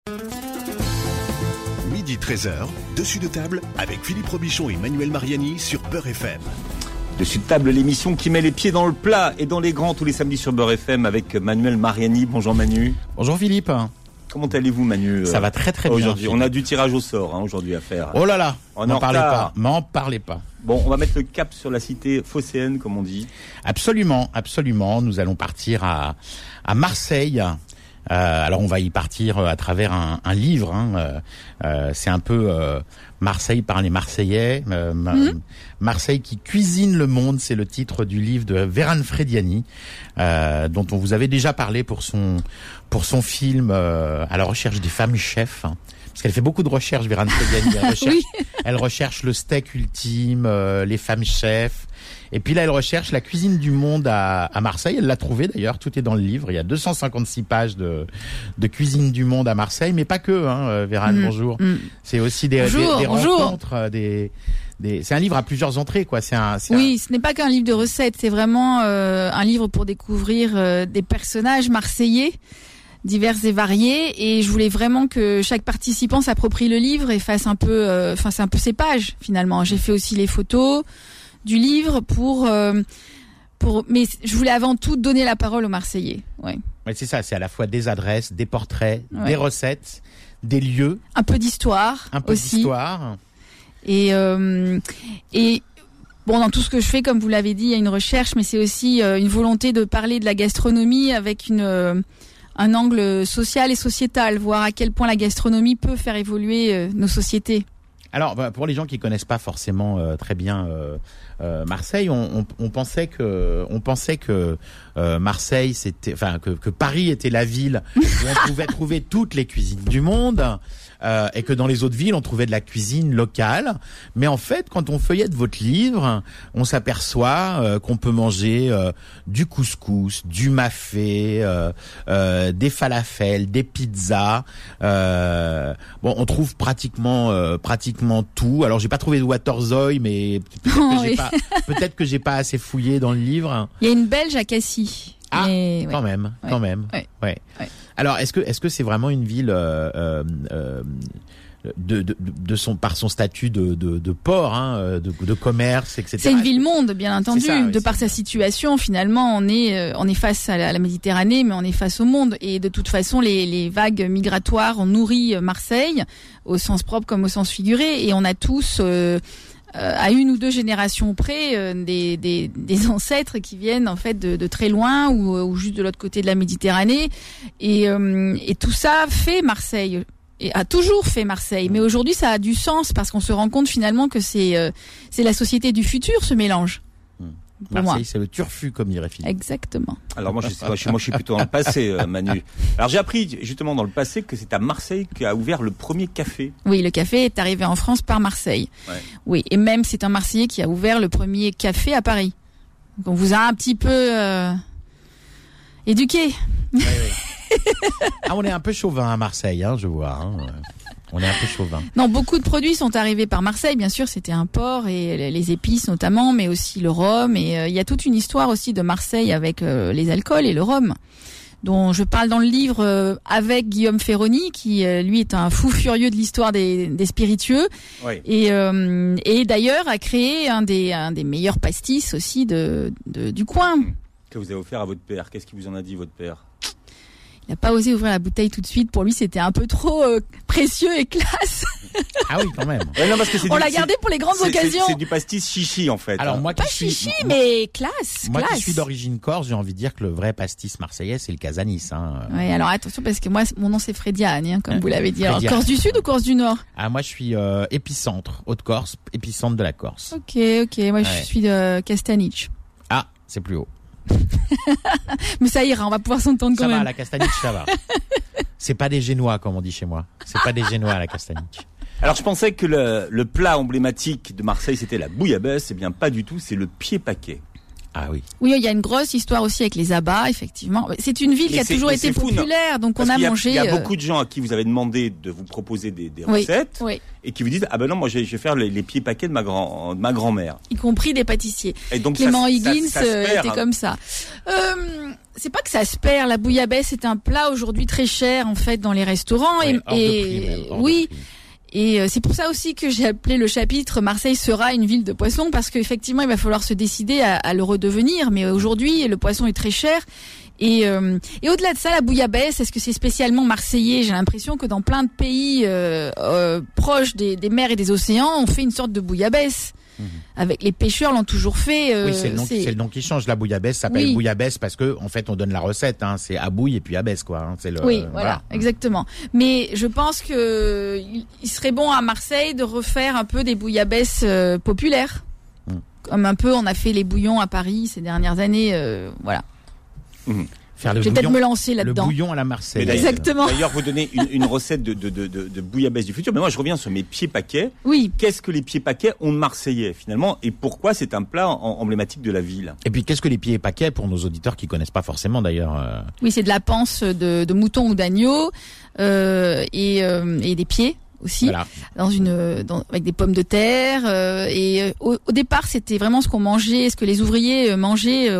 Midi 13h, Dessus de table avec Philippe Robichon et Manuel Mariani sur Beurre FM. Dessus de table, l'émission qui met les pieds dans le plat et dans les grands tous les samedis sur Beurre FM avec Manuel Mariani. Bonjour Manu. Bonjour Philippe. Comment allez-vous Manu? Ça va très très bien. Aujourd'hui, on a du tirage au sort aujourd'hui à faire. Oh là là, M'en parlez pas. Bon, on va mettre le cap sur la cité phocéenne comme on dit. Absolument. Nous allons partir à Marseille. Alors on va y partir à travers un livre. C'est un peu Marseille par les Marseillais. Marseille qui cuisine le monde, c'est le titre du livre de Vérane Frediani, dont on vous avait déjà parlé pour son film à la recherche des femmes chefs. Parce qu'elle fait beaucoup de recherches, Vérane Frediani. Elle recherche le steak ultime, les femmes chefs. Et puis là, elle recherche la cuisine du monde à Marseille. Elle l'a trouvé d'ailleurs, tout est dans le livre. Il y a 256 pages de cuisine du monde à Marseille, mais pas que, Vérane, bonjour. C'est aussi des rencontres, c'est un livre à plusieurs entrées, quoi. Ce n'est pas qu'un livre de recettes, c'est vraiment un livre pour découvrir des personnages marseillais divers et variés, et je voulais vraiment que chaque participant s'approprie le livre et fasse un peu, c'est un peu ses pages finalement. J'ai fait aussi les photos du livre mais je voulais avant tout donner la parole aux Marseillais. Ouais. Ouais, c'est ça, c'est à la fois des adresses, des portraits, des recettes, des lieux, un peu d'histoire aussi. Et bon, dans tout ce que je fais, comme vous l'avez dit, il y a une recherche, mais c'est aussi une volonté de parler de la gastronomie avec un angle social et sociétal, voir à quel point la gastronomie peut faire évoluer nos sociétés. Alors, pour les gens qui connaissent pas forcément très bien Marseille, on pensait que Marseille, c'était, que Paris était la ville où on pouvait trouver toutes les cuisines du monde. Et que dans les autres villes, on trouvait de la cuisine locale. Mais en fait, quand on feuillette votre livre, on s'aperçoit qu'on peut manger du couscous, du mafé, des falafels, des pizzas. On trouve pratiquement tout. Alors, j'ai pas trouvé de waterzooi, mais peut-être que j'ai pas assez fouillé dans le livre. Il y a une Belge à Cassis. Ah, quand même. Ouais. Alors, est-ce que c'est vraiment une ville par son statut de port, de commerce, etc. C'est une ville-monde, bien entendu. Par sa situation, finalement, on est face à la Méditerranée, mais on est face au monde. Et de toute façon, les vagues migratoires ont nourri Marseille, au sens propre comme au sens figuré, et on a tous à une ou deux générations près des ancêtres qui viennent en fait de très loin ou juste de l'autre côté de la Méditerranée, et tout ça fait Marseille et a toujours fait Marseille. Mais aujourd'hui ça a du sens parce qu'on se rend compte finalement que c'est la société du futur, ce mélange. Marseille, c'est le turfu, comme dirait Philippe. Exactement. Alors moi, je suis plutôt dans le passé, Manu. Alors j'ai appris justement dans le passé que c'est à Marseille qu'a ouvert le premier café. Oui, le café est arrivé en France par Marseille. Ouais. Oui, et même c'est un Marseillais qui a ouvert le premier café à Paris. Donc on vous a un petit peu éduqué. Oui. On est un peu chauvin à Marseille, je vois. On est un peu chauvin. Non, beaucoup de produits sont arrivés par Marseille, bien sûr, c'était un port, et les épices notamment, mais aussi le rhum, et il y a toute une histoire aussi de Marseille avec les alcools et le rhum, dont je parle dans le livre avec Guillaume Ferroni, qui lui est un fou furieux de l'histoire des spiritueux, oui. Et d'ailleurs a créé un des meilleurs pastis aussi du coin. Que vous avez offert à votre père. Qu'est-ce qu'il vous en a dit, votre père ? Il n'a pas osé ouvrir la bouteille tout de suite. Pour lui, c'était un peu trop précieux et classe. Ah oui, quand même. Ouais, non, parce que on l'a gardé pour les grandes occasions. C'est du pastis chichi, en fait. Alors, moi, mais classe. Moi qui suis d'origine corse, j'ai envie de dire que le vrai pastis marseillais, c'est le casanis. Oui, alors attention, parce que moi, mon nom, c'est Frediani, comme vous l'avez dit. Alors, Corse du Sud ou Corse du Nord ? Ah, moi, je suis épicentre, Haute-Corse, épicentre de la Corse. Ok. Moi, je suis de Castaniche. Ah, c'est plus haut. Mais ça ira, on va pouvoir s'entendre quand même. Ça va, la Castaniche, ça va. C'est pas des Génois, comme on dit chez moi. C'est pas des Génois, la Castaniche. Alors, je pensais que le plat emblématique de Marseille, c'était la bouillabaisse. Eh bien, pas du tout, c'est le pied paquet. Ah oui. Oui, il y a une grosse histoire aussi avec les abats, effectivement. C'est une ville qui a toujours été populaire, donc on a mangé. Il y a beaucoup de gens à qui vous avez demandé de vous proposer des recettes et qui vous disent non, moi je vais faire les pieds paquets de ma grand-mère. Y compris des pâtissiers. Et donc Clément Higgins était comme ça. C'est pas que ça se perd. La bouillabaisse c'est un plat aujourd'hui très cher en fait dans les restaurants Et c'est pour ça aussi que j'ai appelé le chapitre Marseille sera une ville de poissons, parce qu'effectivement il va falloir se décider à le redevenir. Mais aujourd'hui le poisson est très cher. Et au-delà de ça, la bouillabaisse, est-ce que c'est spécialement marseillais ? J'ai l'impression que dans plein de pays proches des mers et des océans, on fait une sorte de bouillabaisse. Avec les pêcheurs l'ont toujours fait. Oui, c'est le nom qui change. La bouillabaisse s'appelle bouillabaisse parce que en fait on donne la recette. C'est abouille et puis abaisse quoi. Voilà, exactement. Mais je pense que il serait bon à Marseille de refaire un peu des bouillabaisses populaires, comme un peu on a fait les bouillons à Paris ces dernières années. Voilà. Faire le je vais peut-être me lancer là-dedans. Le bouillon à la Marseille. Exactement. D'ailleurs, vous donnez une recette de bouillabaisse du futur. Mais moi, je reviens sur mes pieds paquets. Oui. Qu'est-ce que les pieds paquets ont de marseillais, finalement, et pourquoi c'est un plat emblématique de la ville ? Et puis, qu'est-ce que les pieds paquets pour nos auditeurs qui connaissent pas forcément, d'ailleurs Oui, c'est de la panse de mouton ou d'agneau et des pieds aussi, voilà. Avec des pommes de terre. Au départ, c'était vraiment ce qu'on mangeait, ce que les ouvriers mangeaient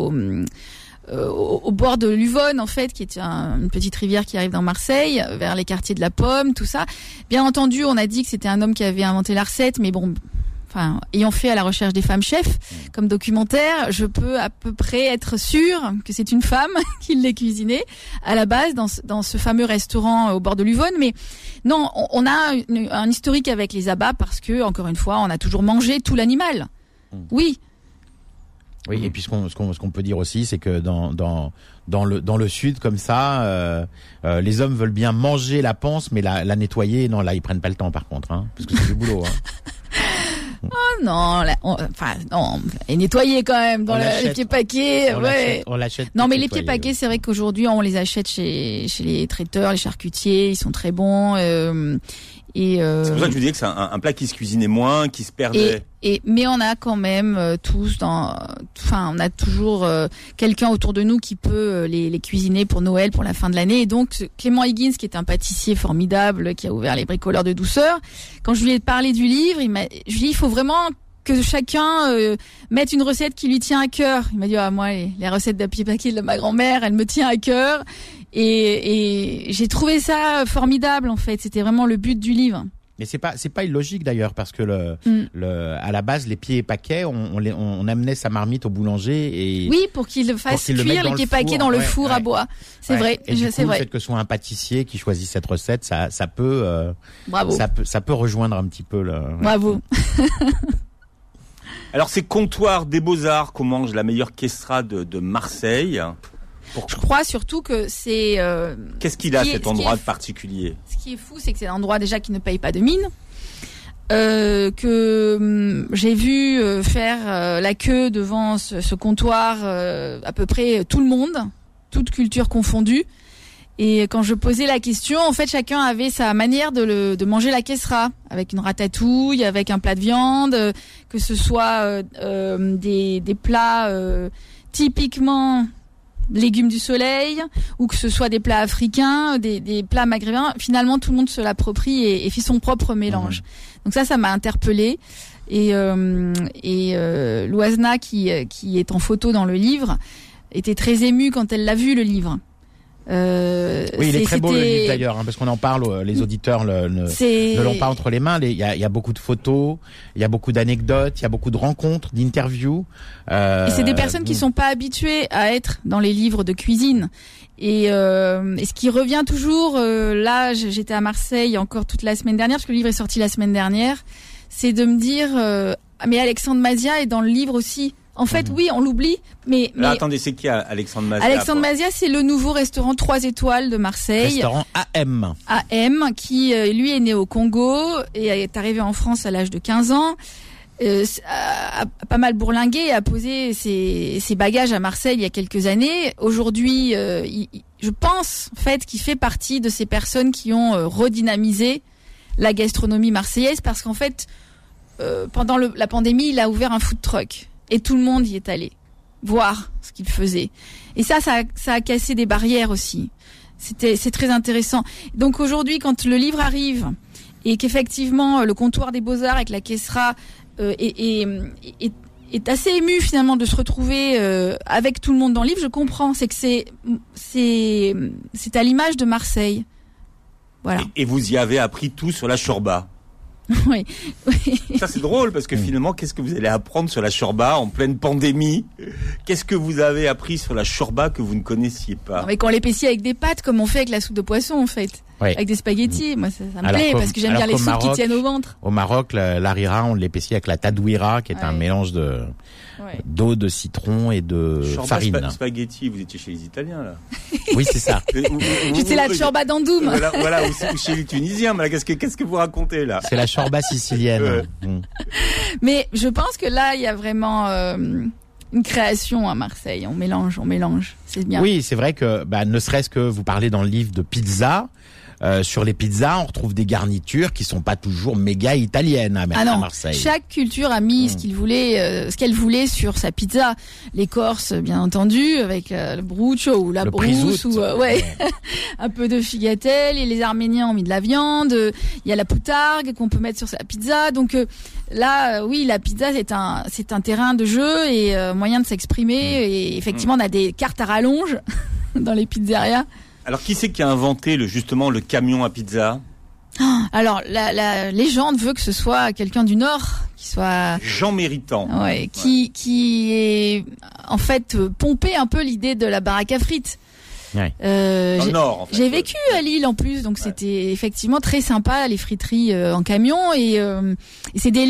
au bord de l'Uvonne, en fait, qui est une petite rivière qui arrive dans Marseille, vers les quartiers de la Pomme, tout ça. Bien entendu, on a dit que c'était un homme qui avait inventé la recette, mais bon, enfin, ayant fait à la recherche des femmes chefs comme documentaire, je peux à peu près être sûre que c'est une femme qui l'ait cuisiné à la base dans ce fameux restaurant au bord de l'Uvonne. Mais non, on a un historique avec les abats parce que, encore une fois, on a toujours mangé tout l'animal. Oui. Oui, et puis ce qu'on peut dire aussi, c'est que dans le sud comme ça, les hommes veulent bien manger la panse, mais la nettoyer, non, là ils prennent pas le temps par contre, parce que c'est du boulot. Oh non, non, et nettoyer quand même dans les pieds paquets. On l'achète. Non, mais les pieds paquets, c'est vrai qu'aujourd'hui on les achète chez les traiteurs, les charcutiers, ils sont très bons. C'est pour ça que je vous disais que c'est un plat qui se cuisinait moins, qui se perdait. Mais on a quand même on a toujours quelqu'un autour de nous qui peut les cuisiner pour Noël, pour la fin de l'année. Et donc Clément Higgins, qui est un pâtissier formidable, qui a ouvert les bricoleurs de douceur, quand je lui ai parlé du livre, je lui ai dit il faut vraiment que chacun mette une recette qui lui tient à cœur. Il m'a dit moi les recettes de pieds paquets de ma grand-mère, elle me tient à cœur. Et j'ai trouvé ça formidable en fait. C'était vraiment le but du livre. Mais c'est pas illogique d'ailleurs parce que à la base les pieds paquets on amenait sa marmite au boulanger et oui pour qu'il fasse cuire les pieds paquets dans le four à bois. C'est vrai. Et du coup, le fait que ce soit un pâtissier qui choisit cette recette, ça peut ça peut rejoindre un petit peu le. Bravo. Alors c'est Comptoir des Beaux-Arts qu'on mange la meilleure kestrade de Marseille. Je crois surtout que c'est... Qu'est-ce qu'il a cet endroit de particulier ? Ce qui est fou, c'est que c'est un endroit déjà qui ne paye pas de mine. Que j'ai vu faire la queue devant ce comptoir à peu près tout le monde, toute culture confondue. Et quand je posais la question, en fait, chacun avait sa manière de manger la kessra, avec une ratatouille, avec un plat de viande, que ce soit des plats typiquement légumes du soleil, ou que ce soit des plats africains, des plats maghrébins. Finalement, tout le monde se l'approprie et fait son propre mélange. Donc ça m'a interpellée. Et Loazna, qui est en photo dans le livre, était très émue quand elle l'a vu, le livre. Oui, il est très beau le livre d'ailleurs, parce qu'on en parle, les auditeurs ne l'ont pas entre les mains. Il y a beaucoup de photos, il y a beaucoup d'anecdotes, il y a beaucoup de rencontres, d'interviews. Et c'est des personnes qui sont pas habituées à être dans les livres de cuisine. Et ce qui revient toujours, là j'étais à Marseille encore toute la semaine dernière, parce que le livre est sorti la semaine dernière, c'est de me dire, mais Alexandre Mazia est dans le livre aussi. En fait, oui, on l'oublie, mais... Là, attendez, c'est qui Alexandre Mazia ? Alexandre Mazia, c'est le nouveau restaurant 3 étoiles de Marseille. Restaurant AM. AM, qui, lui, est né au Congo et est arrivé en France à l'âge de 15 ans. A pas mal bourlingué et a posé ses bagages à Marseille il y a quelques années. Aujourd'hui, je pense, en fait, qu'il fait partie de ces personnes qui ont redynamisé la gastronomie marseillaise parce qu'en fait, pendant la pandémie, il a ouvert un food truck. Et tout le monde y est allé. voir ce qu'il faisait. Et ça a cassé des barrières aussi. C'est très intéressant. Donc aujourd'hui, quand le livre arrive et qu'effectivement le comptoir des Beaux-Arts avec la Kessera est assez ému finalement de se retrouver avec tout le monde dans le livre, je comprends. C'est que c'est à l'image de Marseille. Voilà. Et vous y avez appris tout sur la Chorba. Oui. Ça c'est drôle parce que finalement, qu'est-ce que vous allez apprendre sur la Chorba en pleine pandémie? Qu'est-ce que vous avez appris sur la Chorba que vous ne connaissiez pas? Mais qu'on l'épaissit avec des pâtes comme on fait avec la soupe de poisson en fait. Oui. Avec des spaghettis, moi ça me plaît parce que j'aime bien les soupes qui tiennent au ventre. Au Maroc, l'arira, on l'épaissit avec la tadouira, qui est un mélange d'eau, de citron et de farine. Spaghetti, vous étiez chez les Italiens là. Oui, c'est ça. J'étais la chorba d'andoum. Voilà, ou chez les Tunisiens. Mais là, qu'est-ce que vous racontez là? C'est la chorba sicilienne. Mais je pense que là, il y a vraiment une création à Marseille. On mélange. C'est bien. Oui, c'est vrai que ne serait-ce que vous parlez dans le livre de pizza. Sur les pizzas, on retrouve des garnitures qui sont pas toujours méga italiennes à Marseille. Chaque culture a mis ce qu'elle voulait sur sa pizza. Les Corses, bien entendu, avec le bruccio ou la brousse ou un peu de figatelle. Et les Arméniens ont mis de la viande. Il y a la poutargue qu'on peut mettre sur sa pizza. Donc là, oui, la pizza c'est un terrain de jeu et moyen de s'exprimer. Et effectivement, on a des cartes à rallonge dans les pizzerias. Alors, qui c'est qui a inventé justement le camion à pizza? Alors, la légende veut que ce soit quelqu'un du Nord, qui soit Jean Méritant. Ouais, qui est en fait pompé un peu l'idée de la baraque à frites. Ouais. Dans le Nord, en fait. J'ai vécu à Lille en plus, donc c'était effectivement très sympa les friteries en camion et c'est des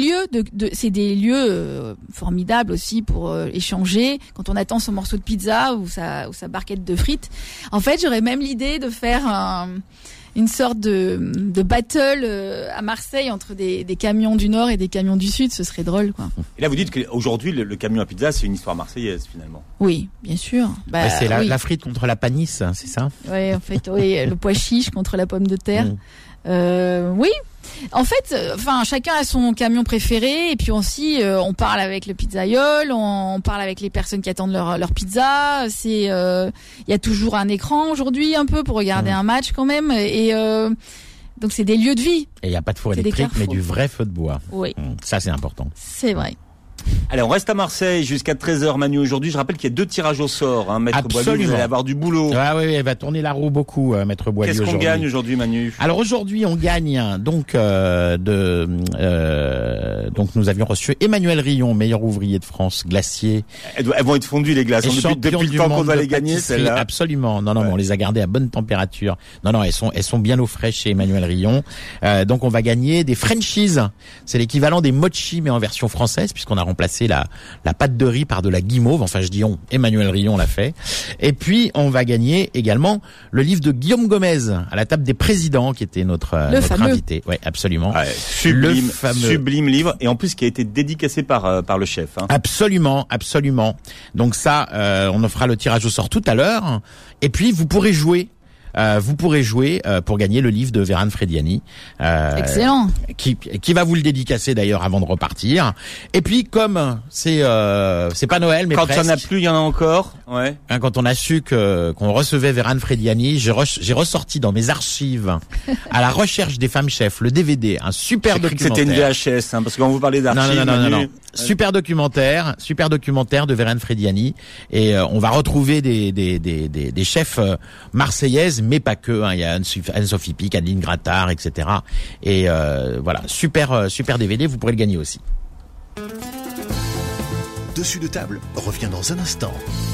lieux formidables aussi pour échanger quand on attend son morceau de pizza ou sa barquette de frites. En fait, j'aurais même l'idée de faire une sorte de battle à Marseille entre des camions du Nord et des camions du Sud, ce serait drôle, quoi. Et là, vous dites qu'aujourd'hui, le camion à pizza, c'est une histoire marseillaise, finalement. Oui, bien sûr. C'est la frite contre la panisse, c'est ça? Oui, en fait, le pois chiche contre la pomme de terre. Oui. En fait, chacun a son camion préféré et puis aussi on parle avec le pizzaiole, on parle avec les personnes qui attendent leur pizza. Il y a toujours un écran aujourd'hui un peu pour regarder un match quand même et donc c'est des lieux de vie. Et il n'y a pas de four électrique mais du vrai feu de bois. Oui. Ça c'est important. C'est vrai. Allez, on reste à Marseille jusqu'à 13h, Manu, aujourd'hui. Je rappelle qu'il y a 2 tirages au sort, Maître Boileau, vous allez avoir du boulot. Oui, elle va tourner la roue beaucoup, Maître Boileau. Qu'est-ce qu'on gagne aujourd'hui, Manu? Alors aujourd'hui, on gagne donc donc nous avions reçu Emmanuel Rion, meilleur ouvrier de France, glacier. Elles vont être fondues les glaces. Depuis le temps qu'on doit les gagner, celles-là. Absolument. Non, on les a gardées à bonne température. Non, elles sont bien au frais chez Emmanuel Rion. Donc on va gagner des Frenchies. C'est l'équivalent des mochi mais en version française puisqu'on a remplacé la pâte de riz par de la guimauve. Enfin, je dis Emmanuel Rion l'a fait. Et puis, on va gagner également le livre de Guillaume Gomez, À la table des présidents, qui était notre invité. Oui, absolument. Ouais, sublime livre. Et en plus, qui a été dédicacé par le chef. Absolument. Donc ça, on en fera le tirage au sort tout à l'heure. Et puis, vous pourrez jouer. Pour gagner le livre de Vérane Frediani. Excellent. Qui va vous le dédicacer d'ailleurs avant de repartir. Et puis comme c'est pas Noël mais quand presque. il y en a plus, il y en a encore. Ouais. Quand on a su qu'on recevait Vérane Frediani, j'ai ressorti dans mes archives à la recherche des femmes chefs le DVD, un super documentaire. C'était une VHS parce que quand vous parlez d'archives. Non. Super documentaire de Vérane Frediani et on va retrouver des chefs marseillaises mais pas que, il y a Anne-Sophie Pic, Adeline Grattard, etc. Et voilà, super DVD, vous pourrez le gagner aussi. Dessus de table revient dans un instant.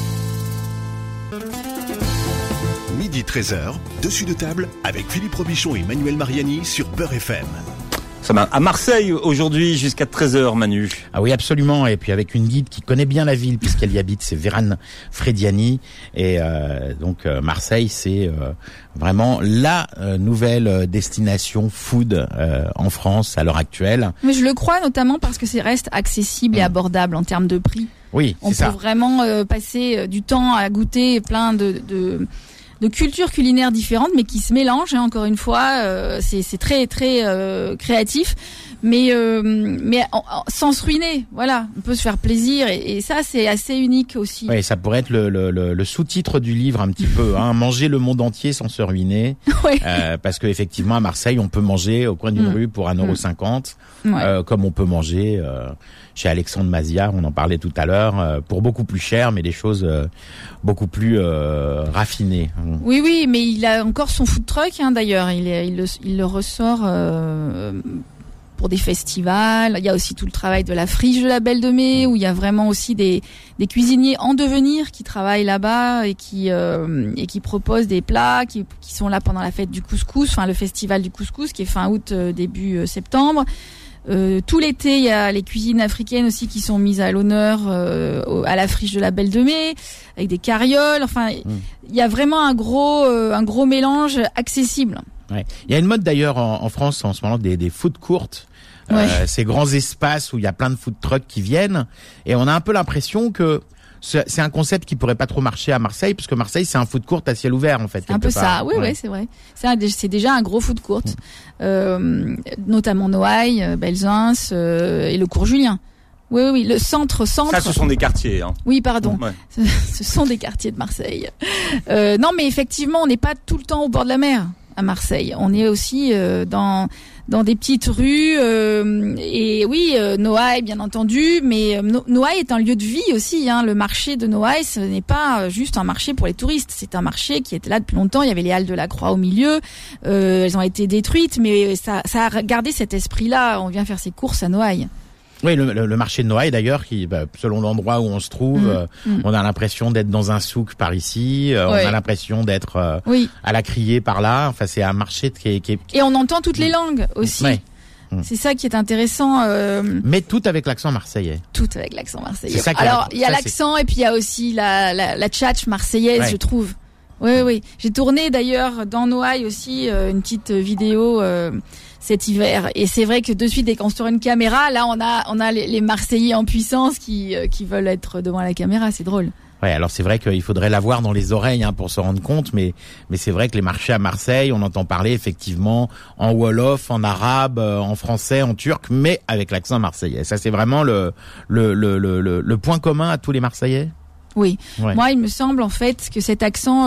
Midi 13h, Dessus de table avec Philippe Robichon et Manuel Mariani sur Beurre FM. À Marseille aujourd'hui jusqu'à 13h, Manu. Ah oui, absolument. Et puis avec une guide qui connaît bien la ville puisqu'elle y habite, c'est Vérane Frediani. Et donc Marseille, c'est vraiment la nouvelle destination food en France à l'heure actuelle. Mais je le crois notamment parce que ça reste accessible et abordable en termes de prix. Oui, on peut vraiment passer du temps à goûter plein de cultures culinaires différentes, mais qui se mélangent. Encore une fois, c'est très très créatif, mais sans se ruiner. Voilà, on peut se faire plaisir, et ça c'est assez unique aussi. Oui, ça pourrait être le sous-titre du livre un petit peu. Manger le monde entier sans se ruiner. Ouais. Parce que effectivement à Marseille, on peut manger au coin d'une rue pour 1,50 €, comme on peut manger chez Alexandre Maziard, on en parlait tout à l'heure, pour beaucoup plus cher, mais des choses beaucoup plus raffinées. Oui, mais il a encore son food truck, d'ailleurs. Il le ressort pour des festivals. Il y a aussi tout le travail de la friche de la Belle de Mai, où il y a vraiment aussi des cuisiniers en devenir qui travaillent là-bas et qui proposent des plats qui sont là pendant la fête du couscous, enfin le festival du couscous qui est fin août, début septembre. Tout l'été, il y a les cuisines africaines aussi qui sont mises à l'honneur à la friche de la Belle de Mai, avec des carrioles. Enfin, il y a vraiment un gros mélange accessible. Ouais. Il y a une mode d'ailleurs en France en ce moment des food courts. Ces grands espaces où il y a plein de food trucks qui viennent, et on a un peu l'impression que c'est un concept qui pourrait pas trop marcher à Marseille, parce que Marseille c'est un food court à ciel ouvert en fait. Un peu ça, oui, c'est vrai. C'est déjà un gros food court, notamment Noailles, Belzins et le Cours Julien. Oui, le centre. Ça, ce sont des quartiers. Oui, pardon. Ouais. Ce sont des quartiers de Marseille. Non, mais effectivement, on n'est pas tout le temps au bord de la mer à Marseille. On est aussi dans des petites rues, et oui, Noailles bien entendu, mais Noailles est un lieu de vie aussi. Le marché de Noailles, ce n'est pas juste un marché pour les touristes, c'est un marché qui était là depuis longtemps. Il y avait les Halles de la Croix au milieu, elles ont été détruites, mais ça a gardé cet esprit-là. On vient faire ses courses à Noailles. Oui, le marché de Noailles d'ailleurs, qui selon l'endroit où on se trouve, on a l'impression d'être dans un souk par ici, on a l'impression d'être à la Criée par là. Enfin, c'est un marché qui est... Et on entend toutes les langues aussi. Ouais. C'est ça qui est intéressant. Mais tout avec l'accent marseillais. Tout avec l'accent marseillais. Alors, il y a l'accent, et puis il y a aussi la tchatch marseillaise, je trouve. Oui. J'ai tourné d'ailleurs dans Noailles aussi une petite vidéo cet hiver, et c'est vrai que de suite, dès qu'on se tourne une caméra, là on a les Marseillais en puissance qui veulent être devant la caméra. C'est drôle. Ouais, alors c'est vrai qu'il faudrait l'avoir dans les oreilles pour se rendre compte, mais c'est vrai que les marchés à Marseille, on entend parler effectivement en wolof, en arabe, en français, en turc, mais avec l'accent marseillais. Ça, c'est vraiment le point commun à tous les Marseillais. Oui. Ouais. Moi, il me semble en fait que cet accent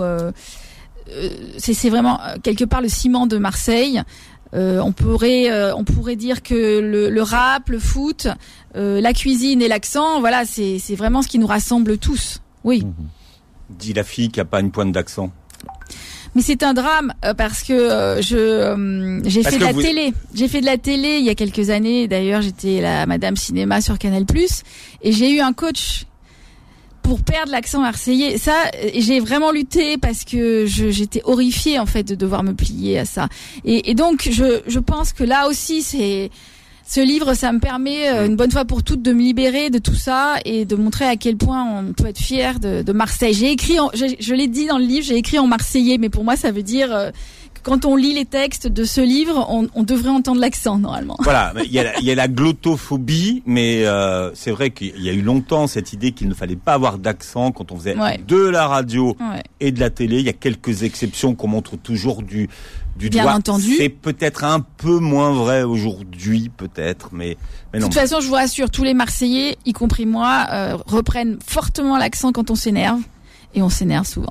c'est vraiment quelque part le ciment de Marseille. On pourrait dire que le rap, le foot, la cuisine et l'accent, voilà, c'est vraiment ce qui nous rassemble tous. Oui. Dit la fille qui a pas une pointe d'accent. Mais c'est un drame parce que j'ai fait de la télé. J'ai fait de la télé il y a quelques années. D'ailleurs, j'étais la Madame Cinéma sur Canal+, et j'ai eu un coach pour perdre l'accent marseillais. Ça, j'ai vraiment lutté parce que j'étais horrifiée en fait de devoir me plier à ça. Et donc je pense que là aussi ce livre, ça me permet une bonne fois pour toutes de me libérer de tout ça et de montrer à quel point on peut être fier de Marseille. J'ai écrit, je l'ai dit dans le livre, j'ai écrit en marseillais, mais pour moi ça veut dire que quand on lit les textes de ce livre, on devrait entendre l'accent normalement. Voilà, il y a la glottophobie, mais c'est vrai qu'il y a eu longtemps cette idée qu'il ne fallait pas avoir d'accent quand on faisait de la radio et de la télé. Il y a quelques exceptions qu'on montre toujours du bien doigt. Entendu. C'est peut-être un peu moins vrai aujourd'hui, peut-être, mais non. De toute façon, je vous rassure, tous les Marseillais, y compris moi, reprennent fortement l'accent quand on s'énerve, et on s'énerve souvent.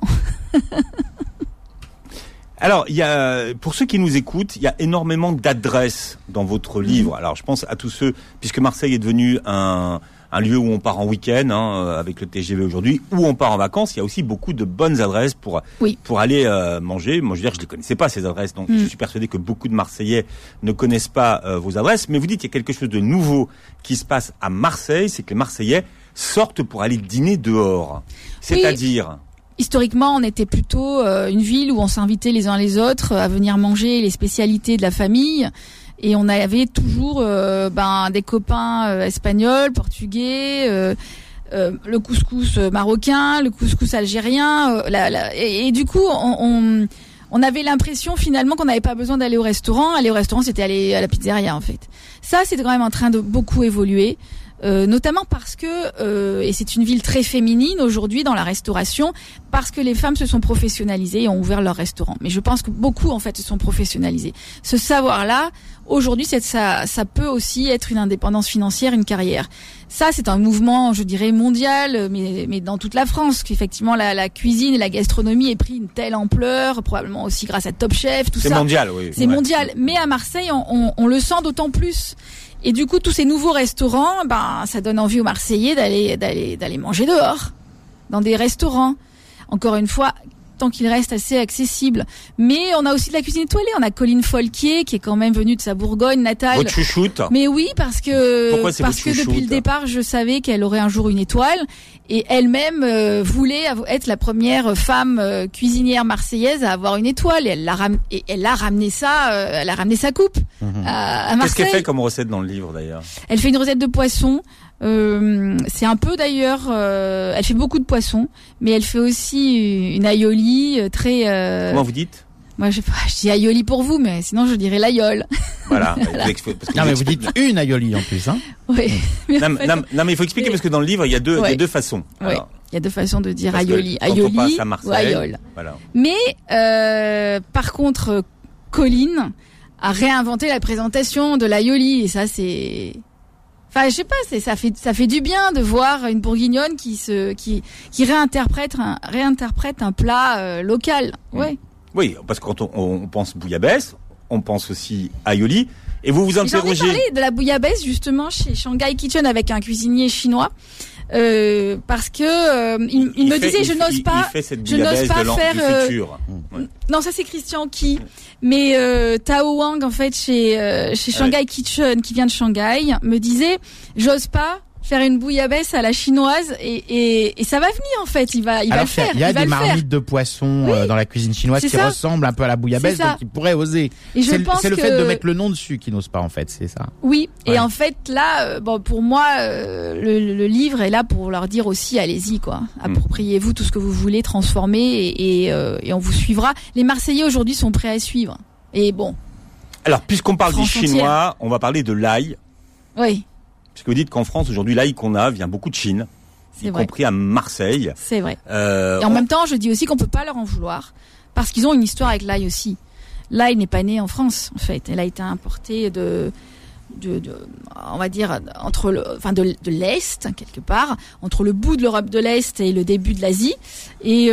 Alors, pour ceux qui nous écoutent, il y a énormément d'adresses dans votre livre. Alors, je pense à tous ceux, puisque Marseille est devenu un lieu où on part en week-end, avec le TGV aujourd'hui, où on part en vacances. Il y a aussi beaucoup de bonnes adresses pour aller manger. Moi, je veux dire, je les connaissais pas, ces adresses, donc je suis persuadé que beaucoup de Marseillais ne connaissent pas vos adresses. Mais vous dites qu'il y a quelque chose de nouveau qui se passe à Marseille, c'est que les Marseillais sortent pour aller dîner dehors. C'est-à-dire... Historiquement, on était plutôt une ville où on s'invitait les uns les autres à venir manger les spécialités de la famille. Et on avait toujours des copains espagnols, portugais, le couscous marocain, le couscous algérien. Et du coup, on avait l'impression finalement qu'on n'avait pas besoin d'aller au restaurant. Aller au restaurant, c'était aller à la pizzeria en fait. Ça, c'est quand même en train de beaucoup évoluer. notamment parce que, et c'est une ville très féminine aujourd'hui dans la restauration, parce que les femmes se sont professionnalisées et ont ouvert leur restaurant. Mais je pense que beaucoup en fait se sont professionnalisées. Ce savoir-là, aujourd'hui, ça peut aussi être une indépendance financière, une carrière. Ça, c'est un mouvement, je dirais, mondial, mais dans toute la France, qu'effectivement la cuisine et la gastronomie aient pris une telle ampleur, probablement aussi grâce à Top Chef, tout ça. C'est mondial, oui. C'est mondial. Mais à Marseille, on le sent d'autant plus. Et du coup, tous ces nouveaux restaurants, ça donne envie aux Marseillais d'aller manger dehors, dans des restaurants. Encore une fois, tant qu'il reste assez accessible. Mais on a aussi de la cuisine étoilée. On a Colline Folquier, qui est quand même venue de sa Bourgogne natale. Votre chouchoute. Mais oui, parce que depuis le départ, je savais qu'elle aurait un jour une étoile. Et elle-même voulait être la première femme cuisinière marseillaise à avoir une étoile. Et elle a ramené sa coupe à Marseille. Qu'est-ce qu'elle fait comme recette dans le livre d'ailleurs? Elle fait une recette de poisson. C'est un peu d'ailleurs, elle fait beaucoup de poissons, mais elle fait aussi une aioli très. Comment vous dites? Moi, je dis aioli pour vous, mais sinon je dirais l'aïeul. Voilà. Non, mais vous dites une aioli en plus, hein? Oui. Non, mais il faut expliquer parce que dans le livre, il y a deux façons. Oui. Il y a deux façons de dire aioli ou aïeul. Voilà. Mais par contre, Colline a réinventé la présentation de l'aioli et ça c'est. Enfin, je sais pas, ça fait du bien de voir une bourguignonne qui réinterprète un plat local. Ouais. Oui, parce que quand on pense bouillabaisse, on pense aussi aioli. Et vous interrogez. J'en ai parlé de la bouillabaisse justement chez Shanghai Kitchen avec un cuisinier chinois. Parce que il me disait je n'ose pas faire futur. Non, ça c'est Christian Qui, mais Tao Wang en fait chez Shanghai Kitchen qui vient de Shanghai me disait j'ose pas faire une bouillabaisse à la chinoise et ça va venir en fait, il va le faire. Il y a des marmites de poisson dans la cuisine chinoise qui ressemblent un peu à la bouillabaisse, donc il pourrait oser. C'est le fait de mettre le nom dessus qui n'ose pas en fait, c'est ça. Oui, ouais. Et en fait là, pour moi, le livre est là pour leur dire aussi allez-y quoi, appropriez-vous tout ce que vous voulez, transformer et on vous suivra. Les Marseillais aujourd'hui sont prêts à suivre. Et bon. Alors puisqu'on parle du chinois, on va parler de l'ail. Oui. Parce que vous dites qu'en France, aujourd'hui, l'ail qu'on a vient beaucoup de Chine, y compris à Marseille. C'est vrai. Et en même temps, je dis aussi qu'on peut pas leur en vouloir, parce qu'ils ont une histoire avec l'ail aussi. L'ail n'est pas né en France, en fait. Elle a été importée on va dire, de l'Est, quelque part, entre le bout de l'Europe de l'Est et le début de l'Asie. Et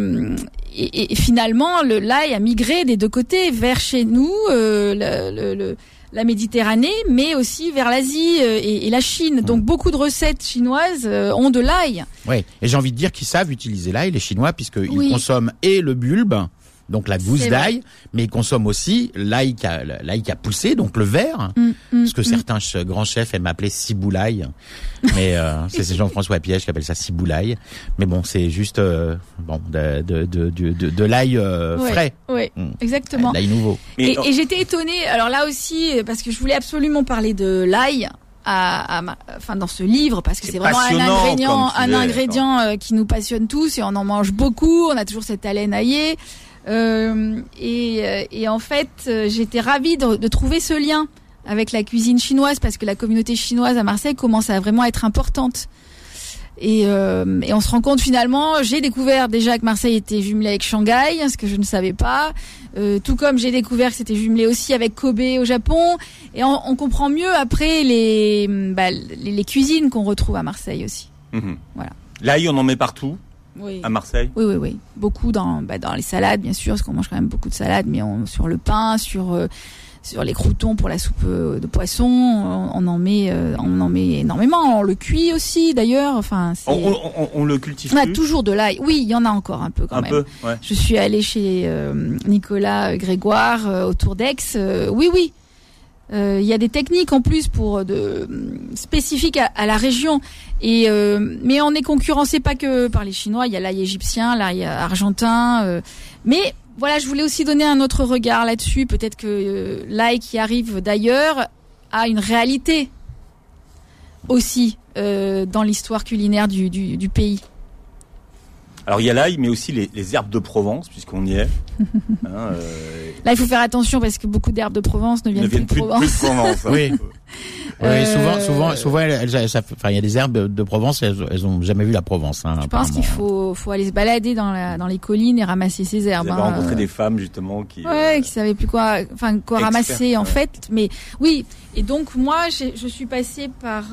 finalement, l'ail a migré des deux côtés, vers chez nous, la Méditerranée, mais aussi vers l'Asie et la Chine. Donc beaucoup de recettes chinoises ont de l'ail. Oui, et j'ai envie de dire qu'ils savent utiliser l'ail, les Chinois, puisqu'ils consomment et le bulbe, donc la gousse d'ail, mais ils consomment aussi l'ail qui a poussé, donc le vert, parce que certains grands chefs aiment appeler ciboulaille, mais c'est Jean-François Piège qui appelle ça ciboulaille. Mais bon, c'est juste de l'ail frais. Oui, exactement. L'ail nouveau. Et j'étais étonnée, alors là aussi, parce que je voulais absolument parler de l'ail dans ce livre, parce que c'est vraiment un ingrédient qui nous passionne tous et on en mange beaucoup, on a toujours cette haleine aillée. Et en fait, j'étais ravie de trouver ce lien avec la cuisine chinoise, parce que la communauté chinoise à Marseille commence à vraiment être importante. Et on se rend compte finalement, j'ai découvert déjà que Marseille était jumelée avec Shanghai, ce que je ne savais pas. Tout comme j'ai découvert que c'était jumelé aussi avec Kobe au Japon. Et on comprend mieux après les cuisines qu'on retrouve à Marseille aussi. Voilà. L'ail, on en met partout. Oui. À Marseille. Oui. Beaucoup dans les salades, bien sûr, parce qu'on mange quand même beaucoup de salades, mais sur le pain, sur les croûtons pour la soupe de poisson, on en met énormément. On le cuit aussi, d'ailleurs. Enfin, on le cultive. On a toujours de l'ail. Oui, il y en a encore un peu quand même. Ouais. Je suis allée chez Nicolas Grégoire autour d'Aix. Oui. Il y a des techniques en plus spécifiques à la région, mais on est concurrencé pas que par les Chinois. Il y a l'ail égyptien, l'ail argentin, mais voilà, je voulais aussi donner un autre regard là-dessus. Peut-être que l'ail qui arrive d'ailleurs a une réalité aussi dans l'histoire culinaire du pays. Alors il y a l'ail, mais aussi les herbes de Provence, puisqu'on y est. Là, il faut faire attention parce que beaucoup d'herbes de Provence ne viennent plus de Provence. Plus de Provence. Oui. Oui, souvent, il y a des herbes de Provence, elles ont jamais vu la Provence. Je pense qu'il faut aller se balader dans les collines et ramasser ces herbes. Vous avez rencontré des femmes justement qui savaient plus quoi ramasser en fait. Mais oui, et donc moi, je suis passée par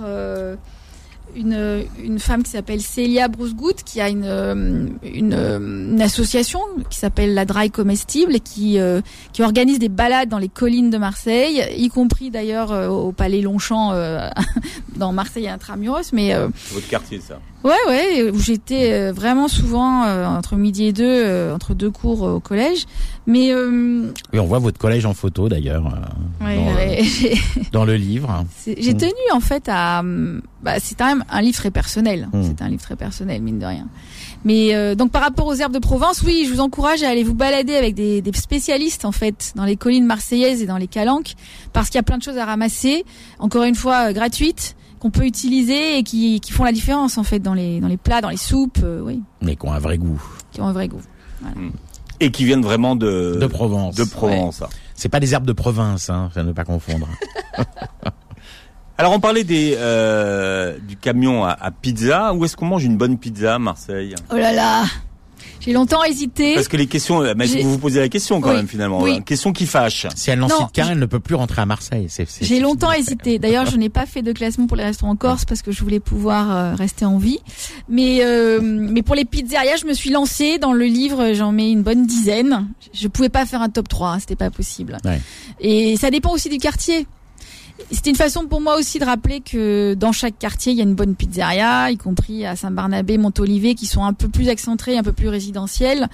une femme qui s'appelle Célia Brousse-Goutte, qui a une association qui s'appelle la Draille Comestible et qui organise des balades dans les collines de Marseille, y compris d'ailleurs au Palais Longchamp dans Marseille intramuros. Mais c'est votre quartier, ça. Ouais, où j'étais vraiment souvent entre midi et deux, entre deux cours au collège. Mais oui, on voit votre collège en photo d'ailleurs dans le livre. J'ai tenu en fait à. C'est quand même un livre très personnel. C'est un livre très personnel, mine de rien. Mais donc par rapport aux herbes de Provence, oui, je vous encourage à aller vous balader avec des spécialistes en fait dans les collines marseillaises et dans les calanques, parce qu'il y a plein de choses à ramasser. Encore une fois, gratuites, qu'on peut utiliser et qui font la différence en fait dans les plats, dans les soupes, oui. Mais qui ont un vrai goût. Voilà. Et qui viennent vraiment de Provence. De Provence. Ouais. C'est pas des herbes de province, à ne pas confondre. Alors on parlait du camion à pizza. Où est-ce qu'on mange une bonne pizza à Marseille? Oh là là, j'ai longtemps hésité. Parce que les questions, vous vous posez la question quand même finalement. Oui. Une question qui fâche. Si elle n'en cite qu'un, elle ne peut plus rentrer à Marseille. J'ai longtemps hésité. D'ailleurs, je n'ai pas fait de classement pour les restaurants corse parce que je voulais pouvoir rester en vie. Mais pour les pizzerias, je me suis lancée dans le livre. J'en mets une bonne dizaine. Je pouvais pas faire un top 3, c'était pas possible. Ouais. Et ça dépend aussi du quartier. C'était une façon pour moi aussi de rappeler que dans chaque quartier, il y a une bonne pizzeria, y compris à Saint-Barnabé, Montolivet, qui sont un peu plus excentrés, un peu plus résidentiels,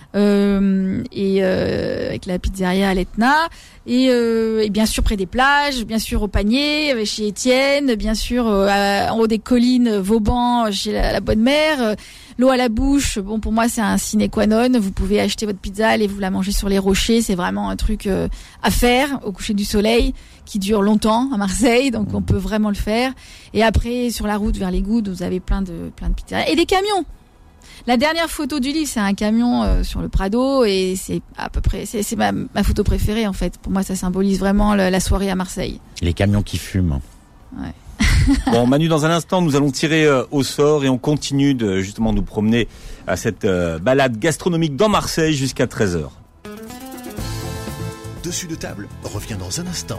avec la pizzeria à l'Etna, et bien sûr près des plages, bien sûr au Panier, chez Étienne, bien sûr en haut des collines, Vauban, chez la Bonne Mère. L'eau à la bouche, bon pour moi c'est un sine qua non. Vous pouvez acheter votre pizza, allez vous la manger sur les rochers, c'est vraiment un truc à faire au coucher du soleil qui dure longtemps à Marseille, donc on peut vraiment le faire. Et après sur la route vers les Goudes, vous avez plein de pizzerias et des camions. La dernière photo du livre, c'est un camion sur le Prado et c'est à peu près c'est ma photo préférée en fait. Pour moi, ça symbolise vraiment la soirée à Marseille. Les camions qui fument. Ouais. Bon, Manu, dans un instant, nous allons tirer au sort et on continue de justement nous promener à cette balade gastronomique dans Marseille jusqu'à 13h. Dessus de table revient dans un instant.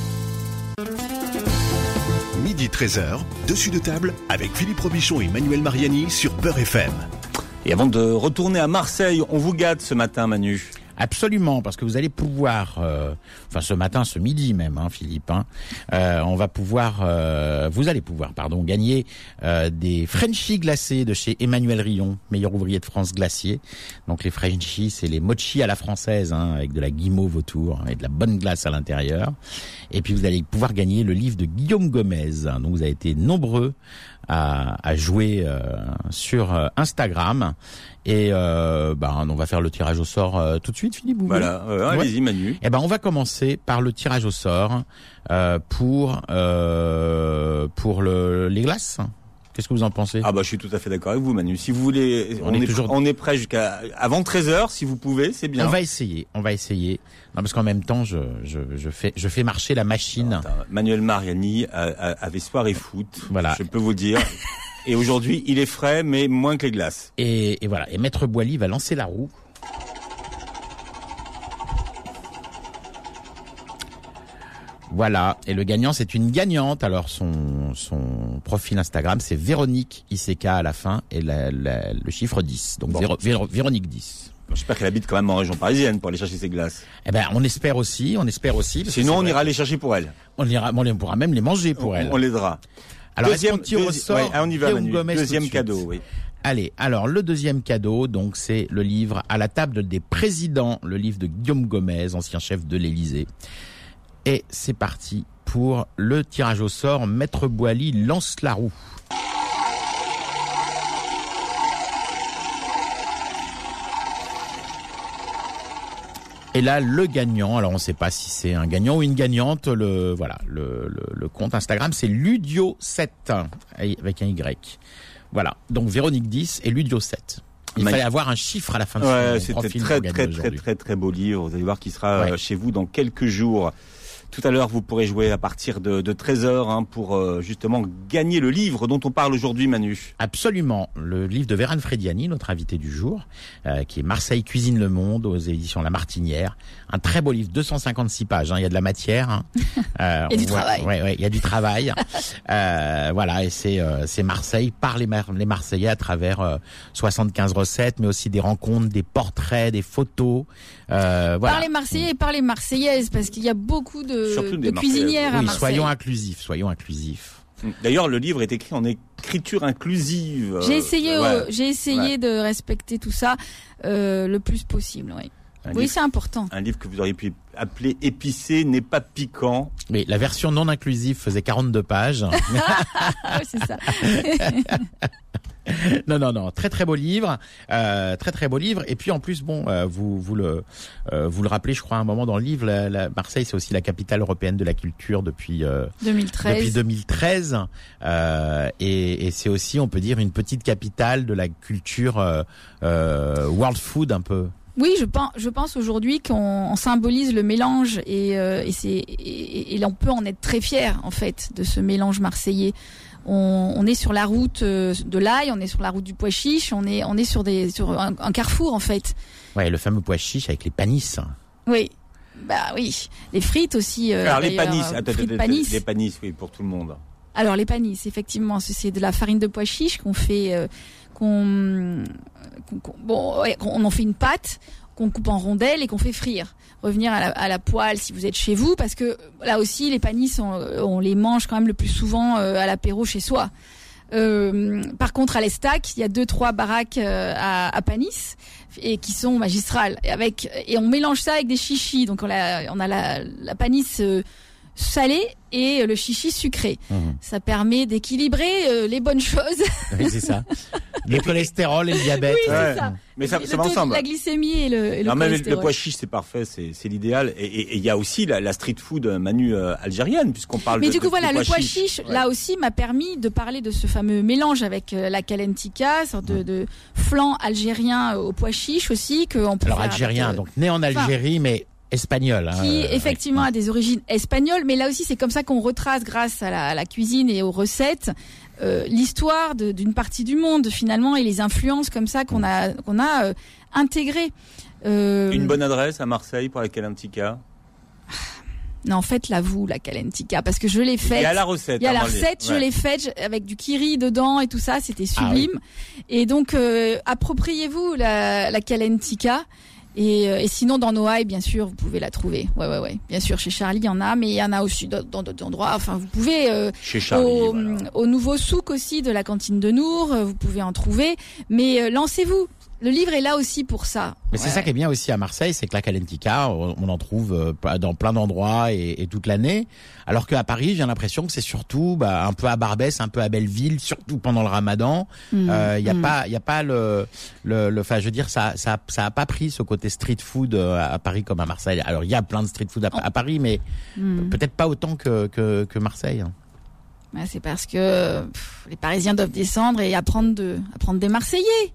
Midi 13h, Dessus de table avec Philippe Robichon et Manuel Mariani sur Beurre FM. Et avant de retourner à Marseille, on vous gâte ce matin, Manu. Absolument, parce que vous allez pouvoir, ce matin, ce midi même, Philippe, vous allez pouvoir, gagner des Frenchies glacés de chez Emmanuel Rion, meilleur ouvrier de France glacier. Donc les Frenchies, c'est les mochis à la française, avec de la guimauve autour et de la bonne glace à l'intérieur. Et puis vous allez pouvoir gagner le livre de Guillaume Gomez. Donc vous avez été nombreux à jouer sur Instagram. Et on va faire le tirage au sort tout de suite, Philippe. Voilà, allez-y, Manu. Eh ben, on va commencer par le tirage au sort pour les glaces. Qu'est-ce que vous en pensez? Ah je suis tout à fait d'accord avec vous, Manu. Si vous voulez, on est prêt jusqu'à avant 13h, si vous pouvez, c'est bien. On va essayer. Non, parce qu'en même temps, je fais marcher la machine. Manuel Mariani avait soirée foot. Voilà. Je peux vous dire. Et aujourd'hui, il est frais, mais moins que les glaces. Et voilà. Et Maître Boily va lancer la roue. Voilà. Et le gagnant, c'est une gagnante. Alors, son profil Instagram, c'est Véronique ICK à la fin et le chiffre 10. Donc, Véronique 10. J'espère qu'elle habite quand même en région parisienne pour aller chercher ses glaces. Eh ben, on espère aussi. Sinon, on ira les chercher pour elle. On pourra même les manger pour elle. On l'aidera. Alors, on tire au sort. On y va, Manu. Deuxième cadeau, oui. Allez, alors le deuxième cadeau, donc c'est le livre À la table des présidents, le livre de Guillaume Gomez, ancien chef de l'Élysée. Et c'est parti pour le tirage au sort. Maître Boily lance la roue. Et là, le gagnant, alors on ne sait pas si c'est un gagnant ou une gagnante, le compte Instagram, c'est Ludio7, avec un Y. Voilà, donc Véronique 10 et Ludio7. Il fallait avoir un chiffre à la fin de son profil. C'était très beau livre. Vous allez voir qu'il sera chez vous dans quelques jours. Tout à l'heure, vous pourrez jouer à partir de 13h pour justement gagner le livre dont on parle aujourd'hui, Manu. Absolument. Le livre de Vérane Frediani, notre invité du jour, qui est Marseille cuisine le monde aux éditions La Martinière. Un très beau livre, 256 pages. Il y a de la matière. Il y a du travail. Ouais, il y a du travail. Voilà, et c'est Marseille par les Marseillais à travers 75 recettes, mais aussi des rencontres, des portraits, des photos. Voilà. Par les Marseillais et par les Marseillaises, parce qu'il y a beaucoup de cuisinières à Marseille. Soyons inclusifs. D'ailleurs, le livre est écrit en écriture inclusive. J'ai essayé de respecter tout ça le plus possible. Oui, c'est important. Un livre que vous auriez pu appeler épicé n'est pas piquant. Mais la version non inclusive faisait 42 pages. Oui, c'est ça. Non, très beau livre, très beau livre. Et puis en plus, vous le rappelez, je crois, à un moment dans le livre, Marseille, c'est aussi la capitale européenne de la culture depuis 2013. Et c'est aussi, on peut dire, une petite capitale de la culture world food un peu. Oui, je pense aujourd'hui qu'on symbolise le mélange et on peut en être très fier en fait de ce mélange marseillais. On est sur la route de l'ail, on est sur la route du pois chiche, on est sur un carrefour en fait. Ouais, le fameux pois chiche avec les panisses. Oui. Bah oui, les frites aussi. Alors les panisses, les panisses, oui, pour tout le monde. Alors les panisses, effectivement, c'est de la farine de pois chiche qu'on fait, on en fait une pâte qu'on coupe en rondelles et qu'on fait frire. Revenir à la poêle si vous êtes chez vous, parce que là aussi les panisses on les mange quand même le plus souvent à l'apéro chez soi. Par contre à l'Estac, il y a 2-3 baraques à panisses et qui sont magistrales et on mélange ça avec des chichis. Donc on a la panisse salée et le chichi sucré. Ça permet d'équilibrer les bonnes choses. Oui, c'est ça. Le cholestérol et le diabète. Oui, c'est ça. Mais ça va ensemble. La glycémie et le non, cholestérol. Mais le pois chiche, c'est parfait, c'est l'idéal. Et il y a aussi la street food, Manu, algérienne, puisqu'on parle mais de du coup, voilà, le pois chiche, là aussi, m'a permis de parler de ce fameux mélange avec la kalentika, sorte de flan algérien au pois chiche aussi, qu'on peut Alors, faire algérien, donc né en Algérie, mais espagnol. Qui effectivement a des origines espagnoles, mais là aussi c'est comme ça qu'on retrace grâce à la cuisine et aux recettes l'histoire d'une partie du monde finalement et les influences comme ça qu'on a intégrées. Une bonne adresse à Marseille pour la kalentika. Non, faites-la vous, la kalentika, parce que je l'ai faite. Il y a la recette. Je l'ai faite avec du kiri dedans et tout ça, c'était sublime. Ah, oui. Et donc appropriez-vous la kalentika. Et sinon, dans Noailles, bien sûr, vous pouvez la trouver. Ouais. Bien sûr, chez Charlie, il y en a, mais il y en a aussi dans d'autres endroits. Enfin, vous pouvez chez Charlie, au nouveau souk aussi de la cantine de Nour, vous pouvez en trouver. Mais lancez-vous. Le livre est là aussi pour ça. Mais c'est ça qui est bien aussi à Marseille, c'est que la kalentika, on en trouve dans plein d'endroits et toute l'année. Alors qu'à Paris, j'ai l'impression que c'est surtout un peu à Barbès, un peu à Belleville, surtout pendant le Ramadan. Il y a pas enfin, je veux dire, ça a pas pris ce côté street food à Paris comme à Marseille. Alors il y a plein de street food à Paris, mais peut-être pas autant que Marseille. Ouais, c'est parce que les Parisiens doivent descendre et apprendre des Marseillais.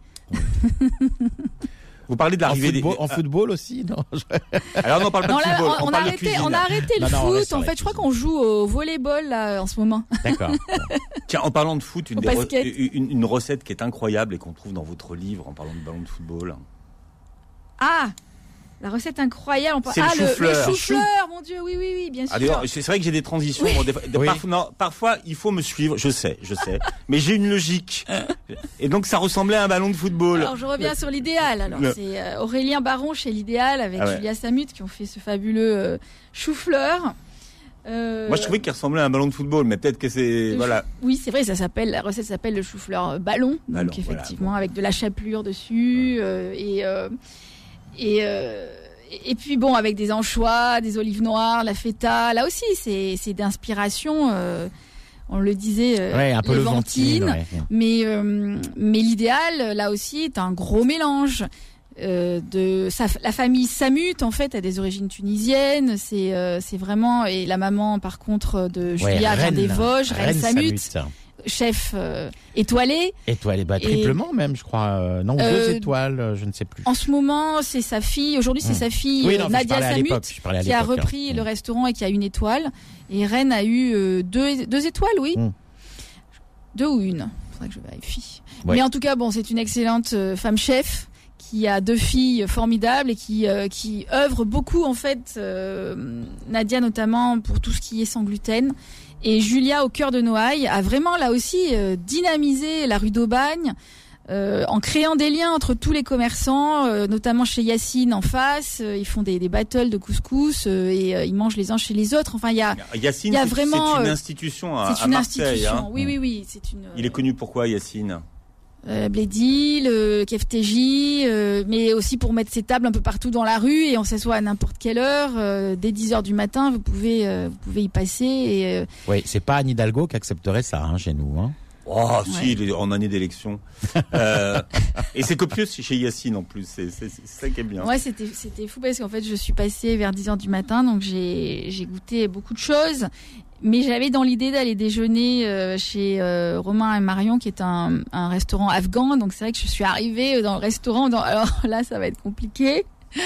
Vous parlez de l'arrivée en football aussi, non? Alors non, on parle pas de football. On a arrêté le foot. En fait, je crois qu'on joue au volleyball là en ce moment. D'accord. Tiens, en parlant de foot, une recette qui est incroyable et qu'on trouve dans votre livre en parlant de ballon de football. Ah, la recette incroyable. C'est le chou-fleur. Le chou-fleur, mon Dieu, oui, bien sûr. Alors, c'est vrai que j'ai des transitions. Oui. Parfois, il faut me suivre. Je sais. Mais j'ai une logique. Et donc, ça ressemblait à un ballon de football. Alors, je reviens sur l'idéal. Alors, c'est Aurélien Baron chez l'idéal avec Julia Samut qui ont fait ce fabuleux chou-fleur. Moi, je trouvais qu'il ressemblait à un ballon de football, mais peut-être que c'est voilà. Oui, c'est vrai. La recette s'appelle le chou-fleur ballon. Donc, effectivement, avec de la chapelure dessus et puis bon, avec des anchois, des olives noires, la feta. Là aussi, c'est d'inspiration. On le disait, un peu levantine. Mais l'idéal, là aussi, est un gros mélange. La famille Samut en fait a des origines tunisiennes. C'est vraiment, et la maman par contre de Julia vient des Vosges, Reine Samut. chef étoilé. Étoilé, triplement même, je crois. Non, 2 étoiles, je ne sais plus. En ce moment, c'est sa fille. Aujourd'hui, c'est sa fille Nadia Samut qui a repris le restaurant et qui a 1 étoile. Et Rennes a eu 2 étoiles, oui. 2 ou 1. Il faudrait que je vérifie. Ouais. Mais en tout cas, c'est une excellente femme chef qui a 2 filles formidables et qui œuvre beaucoup en fait. Nadia notamment pour tout ce qui est sans gluten. Et Julia au cœur de Noailles a vraiment là aussi dynamisé la rue d'Aubagne en créant des liens entre tous les commerçants, notamment chez Yacine en face. Ils font des battles de couscous et ils mangent les uns chez les autres. Enfin, Yacine, vraiment c'est une institution à Marseille. C'est une institution. Oui. Il est connu pour quoi, Yacine? Blédil, KFTJ, mais aussi pour mettre ses tables un peu partout dans la rue et on s'assoit à n'importe quelle heure. Dès 10h du matin, vous pouvez y passer. Oui, c'est pas Anne Hidalgo qui accepterait ça chez nous. Oh, si, en année d'élection. Et c'est copieux chez Yacine en plus, c'est ça qui est bien. Ouais, c'était fou parce qu'en fait, je suis passée vers 10h du matin, donc j'ai goûté beaucoup de choses. Mais j'avais dans l'idée d'aller déjeuner chez Romain et Marion, qui est un restaurant afghan. Donc c'est vrai que je suis arrivée dans le restaurant. Alors là, ça va être compliqué.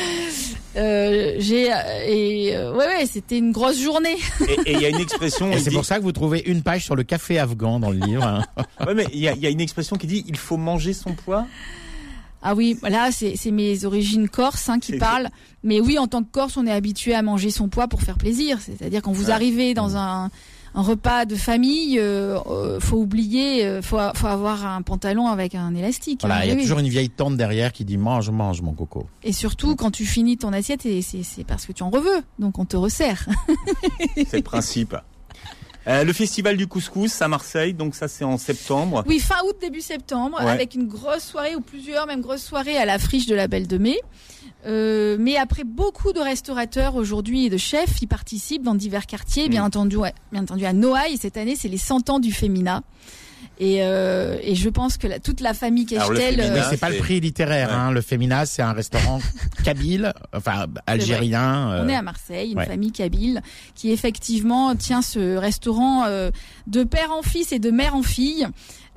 C'était une grosse journée. Et il y a une expression. Et c'est pour ça que vous trouvez une page sur le café afghan dans le livre. Ouais, mais il y a une expression qui dit il faut manger son poids. Ah oui, là c'est mes origines corses qui parlent. Mais oui, en tant que Corse, on est habitué à manger son poids pour faire plaisir. C'est-à-dire quand vous arrivez dans un repas de famille, faut avoir un pantalon avec un élastique. Voilà, il y a toujours une vieille tante derrière qui dit mange mon coco. Et surtout quand tu finis ton assiette, c'est parce que tu en veux, donc on te resserre. C'est le principe. Le festival du couscous à Marseille, donc ça c'est en septembre. Oui, fin août, début septembre, avec une grosse soirée ou plusieurs même grosses soirées à la friche de la Belle de Mai. Mais après beaucoup de restaurateurs aujourd'hui et de chefs y participent dans divers quartiers, bien entendu à Noailles. Cette année, c'est les 100 ans du Fémina. Et je pense que toute la famille Kechtel... c'est pas le prix littéraire, le Fémina, c'est un restaurant kabyle, enfin algérien. On est à Marseille, une famille kabyle qui effectivement tient ce restaurant de père en fils et de mère en fille.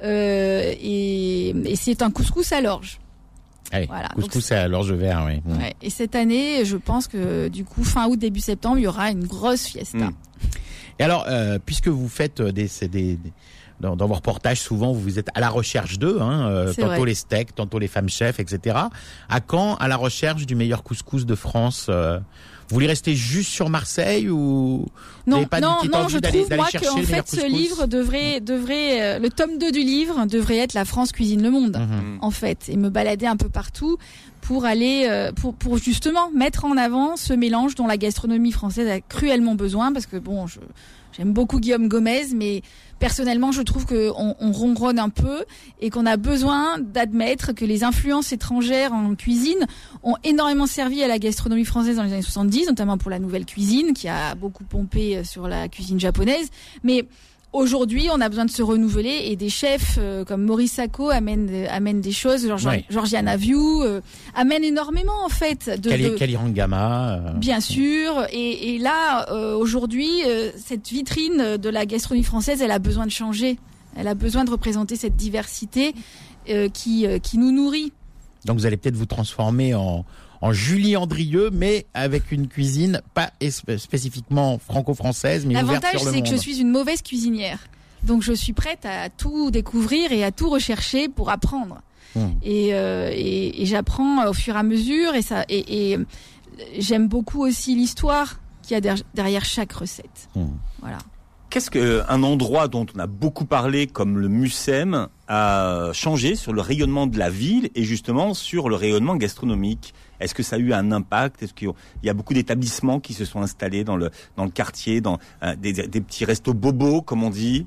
Et c'est un couscous à l'orge. Allez, voilà. Couscous à l'orge vert, oui. Ouais. Et cette année, je pense que du coup, fin août, début septembre, il y aura une grosse fiesta. Et alors, puisque vous faites dans vos reportages, souvent, vous êtes à la recherche d'eux, tantôt les steaks, tantôt les femmes chefs, etc. À quand à la recherche du meilleur couscous de France Vous voulez rester juste sur Marseille ou non, je trouve moi qu'en fait ce livre devrait le tome 2 du livre devrait être La France cuisine le monde en fait, et me balader un peu partout pour aller pour justement mettre en avant ce mélange dont la gastronomie française a cruellement besoin, parce que j'aime beaucoup Guillaume Gomez, mais personnellement, je trouve qu'on ronronne un peu et qu'on a besoin d'admettre que les influences étrangères en cuisine ont énormément servi à la gastronomie française dans les années 70, notamment pour la nouvelle cuisine qui a beaucoup pompé sur la cuisine japonaise. Mais aujourd'hui, on a besoin de se renouveler et des chefs comme Maurice Sacco amènent des choses. Georgiana Viu amène énormément en fait. Kaliran Gama. Bien sûr. Et là, aujourd'hui, cette vitrine de la gastronomie française, elle a besoin de changer. Elle a besoin de représenter cette diversité qui nous nourrit. Donc vous allez peut-être vous transformer en Julie Andrieux, mais avec une cuisine pas spécifiquement franco-française, mais ouverte sur le monde. L'avantage, c'est que je suis une mauvaise cuisinière. Donc je suis prête à tout découvrir et à tout rechercher pour apprendre. Et j'apprends au fur et à mesure. Et j'aime beaucoup aussi l'histoire qu'il y a derrière chaque recette. Voilà. Qu'est-ce qu'un endroit dont on a beaucoup parlé, comme le Mucem, a changé sur le rayonnement de la ville et justement sur le rayonnement gastronomique? Est-ce que ça a eu un impact? Est-ce qu'il y a beaucoup d'établissements qui se sont installés dans le quartier, dans des petits restos bobos, comme on dit?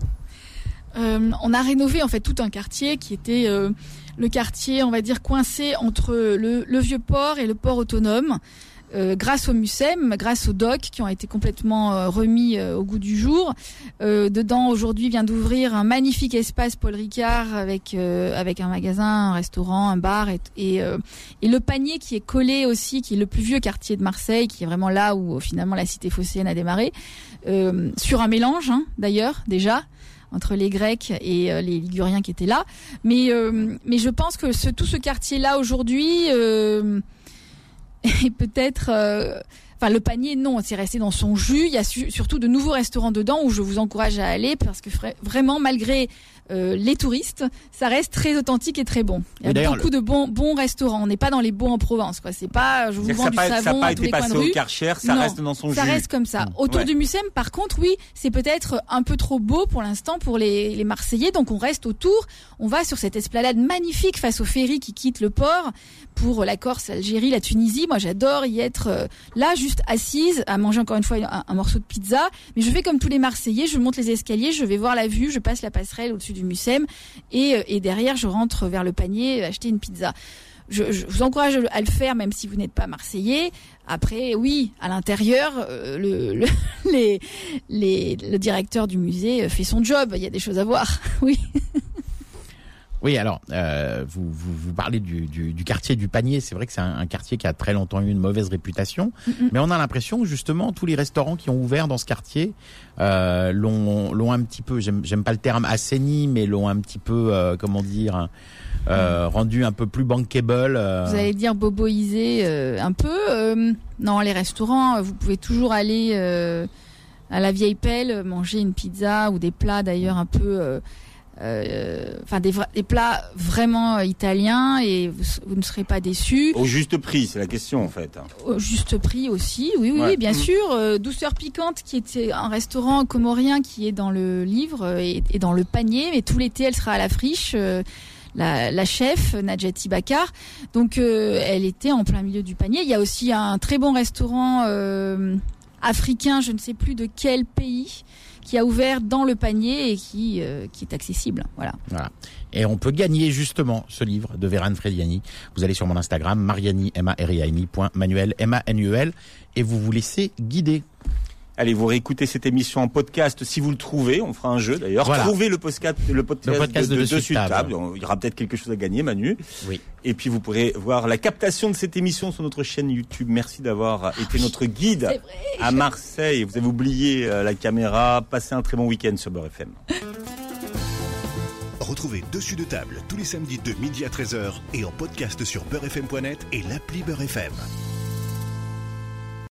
On a rénové en fait tout un quartier qui était le quartier, on va dire, coincé entre le Vieux-Port et le port autonome. Grâce au Mucem, grâce aux docks qui ont été complètement remis au goût du jour. Dedans, aujourd'hui, vient d'ouvrir un magnifique espace Paul Ricard avec un magasin, un restaurant, un bar et le Panier qui est collé aussi, qui est le plus vieux quartier de Marseille, qui est vraiment là où finalement la cité phocéenne a démarré, sur un mélange d'ailleurs déjà entre les Grecs et les Liguriens qui étaient là. Mais je pense que tout ce quartier-là aujourd'hui est peut-être... le panier, non, c'est resté dans son jus. Il y a surtout de nouveaux restaurants dedans où je vous encourage à aller parce que vraiment, malgré les touristes, ça reste très authentique et très bon. Il y a beaucoup de bons restaurants. On n'est pas dans les bons en Provence, quoi. C'est pas, je vous vends du savon à tous les coins de rue. Ça n'a pas été passé au Karcher, ça reste dans son jus. Ça reste comme ça. Autour du Mucem, par contre, oui, c'est peut-être un peu trop beau pour l'instant pour les Marseillais. Donc on reste autour. On va sur cette esplanade magnifique face au ferry qui quitte le port pour la Corse, l'Algérie, la Tunisie. Moi, j'adore y être là, juste assise, à manger encore une fois un morceau de pizza. Mais je fais comme tous les Marseillais. Je monte les escaliers, je vais voir la vue, je passe la passerelle au-dessus du Mucem et derrière, je rentre vers le panier acheter une pizza. Je vous encourage à le faire, même si vous n'êtes pas Marseillais. Après, oui, à l'intérieur, le directeur du musée fait son job. Il y a des choses à voir, oui. Oui, alors, vous parlez du quartier du Panier. C'est vrai que c'est un quartier qui a très longtemps eu une mauvaise réputation. Mais on a l'impression que justement, tous les restaurants qui ont ouvert dans ce quartier l'ont un petit peu, j'aime pas le terme assaini, mais l'ont un petit peu, rendu un peu plus bankable. Vous allez dire boboisé un peu. Non, les restaurants, vous pouvez toujours aller à la Vieille Pelle, manger une pizza ou des plats d'ailleurs un peu... des plats vraiment italiens et vous ne serez pas déçus. Au juste prix, c'est la question en fait. Au juste prix aussi, oui, bien sûr. Douceur piquante, qui était un restaurant comorien qui est dans le livre et dans le panier, mais tout l'été elle sera à la friche. La chef Nadjati Bakar, donc elle était en plein milieu du panier. Il y a aussi un très bon restaurant africain, je ne sais plus de quel pays, qui a ouvert dans le panier et qui est accessible. Voilà. Et on peut gagner justement ce livre de Vérane Frediani. Vous allez sur mon Instagram, Mariani, Mariani.Manuel, Manuel, et vous vous laissez guider. Allez, vous réécoutez cette émission en podcast si vous le trouvez. On fera un jeu d'ailleurs. Voilà. Trouvez le podcast de Dessus de Table. Il y aura peut-être quelque chose à gagner, Manu. Oui. Et puis vous pourrez voir la captation de cette émission sur notre chaîne YouTube. Merci d'avoir été notre guide à Marseille. Vous avez oublié la caméra. Passez un très bon week-end sur Beurre FM. Retrouvez Dessus de Table tous les samedis de midi à 13h et en podcast sur beurrefm.net et l'appli Beurre FM.